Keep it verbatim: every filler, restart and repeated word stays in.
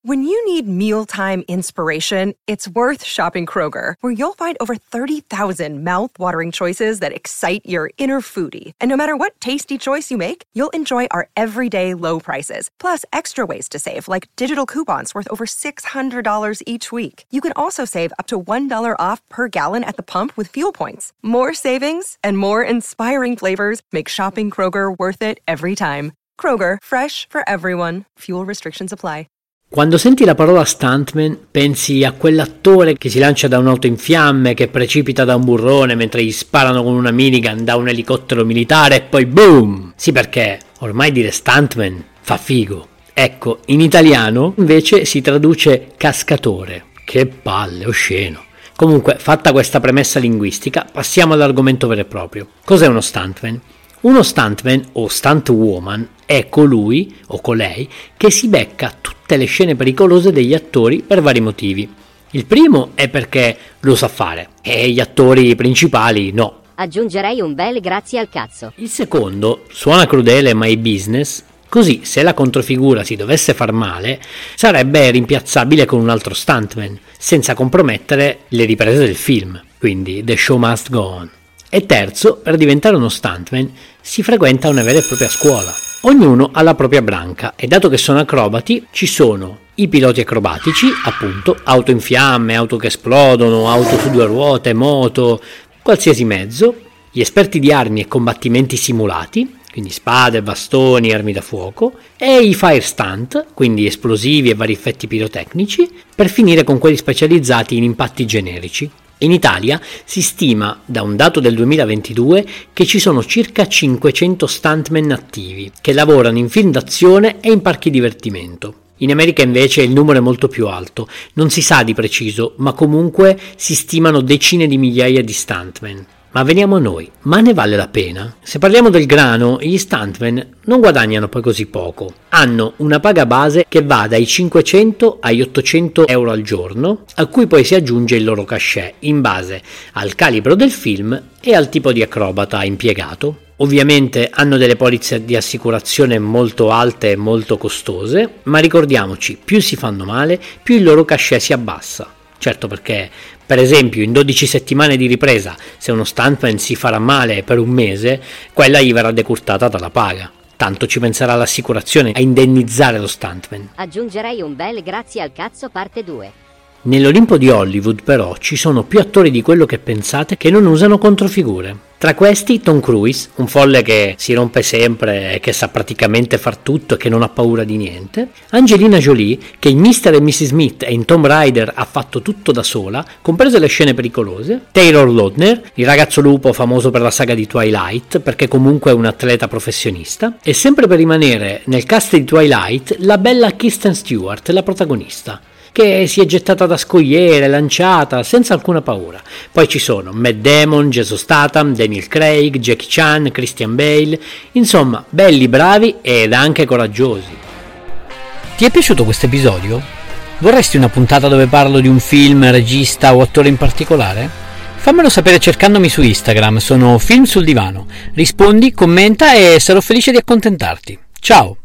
When you need mealtime inspiration, it's worth shopping Kroger, where you'll find over thirty thousand mouth-watering choices that excite your inner foodie. And no matter what tasty choice you make, you'll enjoy our everyday low prices, plus extra ways to save, like digital coupons worth over six hundred dollars each week. You can also save up to one dollar off per gallon at the pump with fuel points. More savings and more inspiring flavors make shopping Kroger worth it every time. Kroger, fresh for everyone. Fuel restrictions apply. Quando senti la parola stuntman, pensi a quell'attore che si lancia da un'auto in fiamme, che precipita da un burrone mentre gli sparano con una minigun da un elicottero militare e poi boom! Sì, perché ormai dire stuntman fa figo. Ecco, in italiano invece si traduce cascatore. Che palle, osceno. Comunque, fatta questa premessa linguistica, passiamo all'argomento vero e proprio. Cos'è uno stuntman? Uno stuntman o stuntwoman è colui o colei che si becca tutte le scene pericolose degli attori per vari motivi. Il primo è perché lo sa fare e gli attori principali no. Aggiungerei un bel grazie al cazzo. Il secondo suona crudele ma è business, così se la controfigura si dovesse far male sarebbe rimpiazzabile con un altro stuntman senza compromettere le riprese del film, quindi the show must go on. E terzo, per diventare uno stuntman si frequenta una vera e propria scuola. Ognuno ha la propria branca e dato che sono acrobati ci sono i piloti acrobatici, appunto, auto in fiamme, auto che esplodono, auto su due ruote, moto, qualsiasi mezzo, gli esperti di armi e combattimenti simulati, quindi spade, bastoni, armi da fuoco, e i fire stunt, quindi esplosivi e vari effetti pirotecnici, per finire con quelli specializzati in impatti generici. In Italia si stima, da un dato del duemilaventidue, che ci sono circa cinquecento stuntmen attivi, che lavorano in film d'azione e in parchi divertimento. In America invece il numero è molto più alto, non si sa di preciso, ma comunque si stimano decine di migliaia di stuntmen. Ma veniamo a noi, ma ne vale la pena? Se parliamo del grano, gli stuntmen non guadagnano poi così poco. Hanno una paga base che va dai cinquecento agli ottocento euro al giorno, a cui poi si aggiunge il loro cachet in base al calibro del film e al tipo di acrobata impiegato. Ovviamente hanno delle polizze di assicurazione molto alte e molto costose, ma ricordiamoci, più si fanno male, più il loro cachet si abbassa. Certo, perché per esempio in dodici settimane di ripresa, se uno stuntman si farà male per un mese, quella gli verrà decurtata dalla paga. Tanto ci penserà l'assicurazione a indennizzare lo stuntman. Aggiungerei un bel grazie al cazzo parte due. Nell'Olimpo di Hollywood però ci sono più attori di quello che pensate che non usano controfigure. Tra questi Tom Cruise, un folle che si rompe sempre e che sa praticamente far tutto e che non ha paura di niente. Angelina Jolie, che in mister e missus Smith e in Tomb Raider ha fatto tutto da sola, comprese le scene pericolose. Taylor Lautner, il ragazzo lupo famoso per la saga di Twilight, perché comunque è un atleta professionista. E sempre per rimanere nel cast di Twilight, la bella Kristen Stewart, la protagonista, che si è gettata da scogliere, lanciata, senza alcuna paura. Poi ci sono Matt Damon, Jason Statham, Daniel Craig, Jackie Chan, Christian Bale, insomma, belli, bravi ed anche coraggiosi. Ti è piaciuto questo episodio? Vorresti una puntata dove parlo di un film, regista o attore in particolare? Fammelo sapere cercandomi su Instagram, sono Film sul Divano. Rispondi, commenta e sarò felice di accontentarti. Ciao!